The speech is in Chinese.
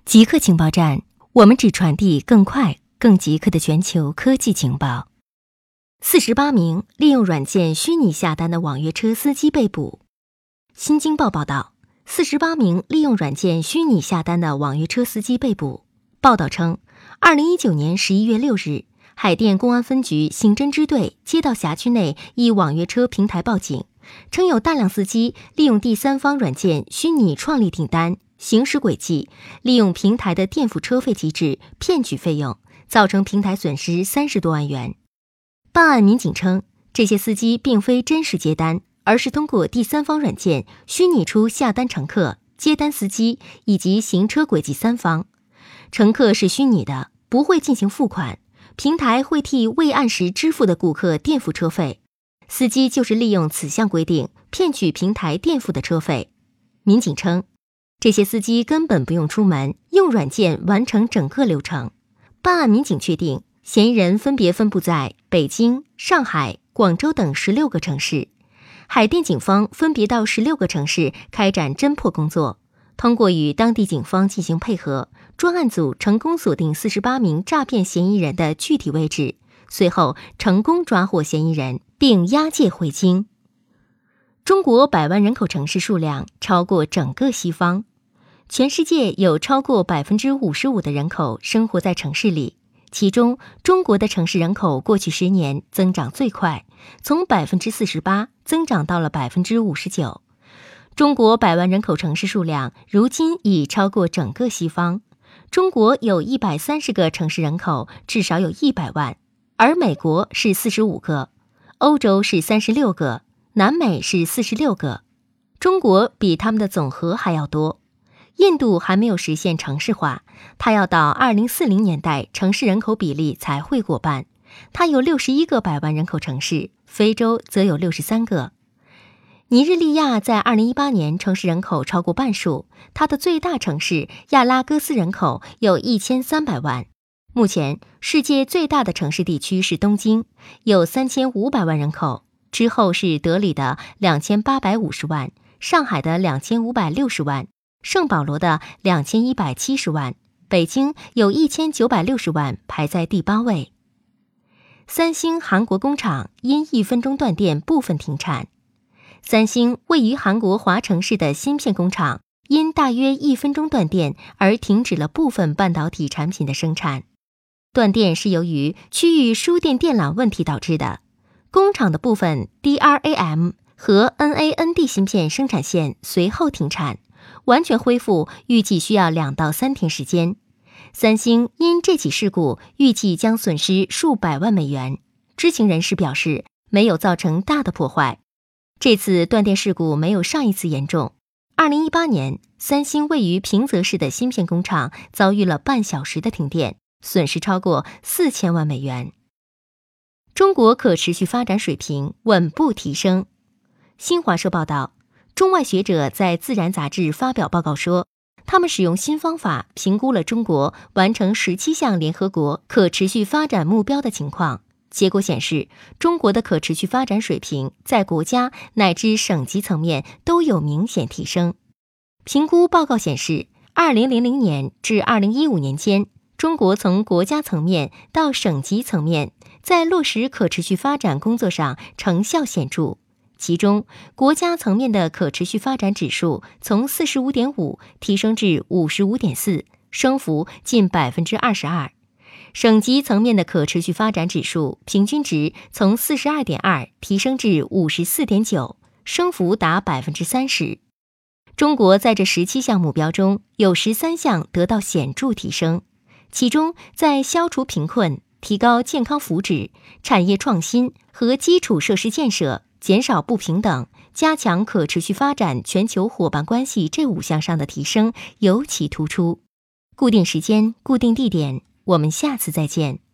极客情报站，我们只传递更快、更极客的全球科技情报。48名利用软件虚拟下单的网约车司机被捕。新京报报道，48名利用软件虚拟下单的网约车司机被捕。报道称，2019年11月6日，海淀公安分局刑侦支队接到辖区内一网约车平台报警，称有大量司机利用第三方软件虚拟创立订单，行驶轨迹，利用平台的垫付车费机制骗取费用，造成平台损失30多万元。办案民警称，这些司机并非真实接单，而是通过第三方软件虚拟出下单乘客、接单司机以及行车轨迹三方。乘客是虚拟的，不会进行付款，平台会替未按时支付的顾客垫付车费，司机就是利用此项规定骗取平台垫付的车费。民警称，这些司机根本不用出门，用软件完成整个流程。办案民警确定，嫌疑人分别分布在北京、上海、广州等16个城市。海淀警方分别到16个城市开展侦破工作，通过与当地警方进行配合，专案组成功锁定48名诈骗嫌疑人的具体位置，随后成功抓获嫌疑人，并押解回京。中国100万人口城市数量超过整个西方，全世界有超过55%的人口生活在城市里，其中中国的城市人口过去10年增长最快，从48%增长到了59%。中国100万人口城市数量如今已超过整个西方。中国有130个城市人口至少有100万，而美国是45个，欧洲是36个，南美是46个。中国比他们的总和还要多。印度还没有实现城市化，它要到2040年代城市人口比例才会过半。它有61个100万人口城市，非洲则有63个。尼日利亚在2018年城市人口超过半数，它的最大城市亚拉戈斯人口有1300万。目前，世界最大的城市地区是东京，有3500万人口，之后是德里的2850万，上海的2560万，圣保罗的2170万，北京有1960万，排在第8位。三星韩国工厂因1分钟断电部分停产。三星位于韩国华城市的芯片工厂因大约1分钟断电而停止了部分半导体产品的生产。断电是由于区域输电电缆问题导致的。工厂的部分 DRAM 和 NAND 芯片生产线随后停产，完全恢复预计需要2到3天时间。三星因这起事故预计将损失数百万美元。知情人士表示，没有造成大的破坏。这次断电事故没有上一次严重。2018年，三星位于平泽市的芯片工厂遭遇了半小时的停电，损失超过4000万美元。中国可持续发展水平稳步提升。新华社报道，中外学者在《自然》杂志发表报告说，他们使用新方法评估了中国完成17项联合国可持续发展目标的情况。结果显示，中国的可持续发展水平在国家乃至省级层面都有明显提升。评估报告显示，2000年至2015年间，中国从国家层面到省级层面，在落实可持续发展工作上成效显著。其中，国家层面的可持续发展指数从 45.5 提升至 55.4， 升幅近 22%。省级层面的可持续发展指数平均值从 42.2 提升至 54.9， 升幅达 30%。中国在这17项目标中有13项得到显著提升，其中在消除贫困、提高健康福祉、产业创新和基础设施建设、减少不平等、加强可持续发展全球伙伴关系这5项上的提升尤其突出。固定时间，固定地点，我们下次再见。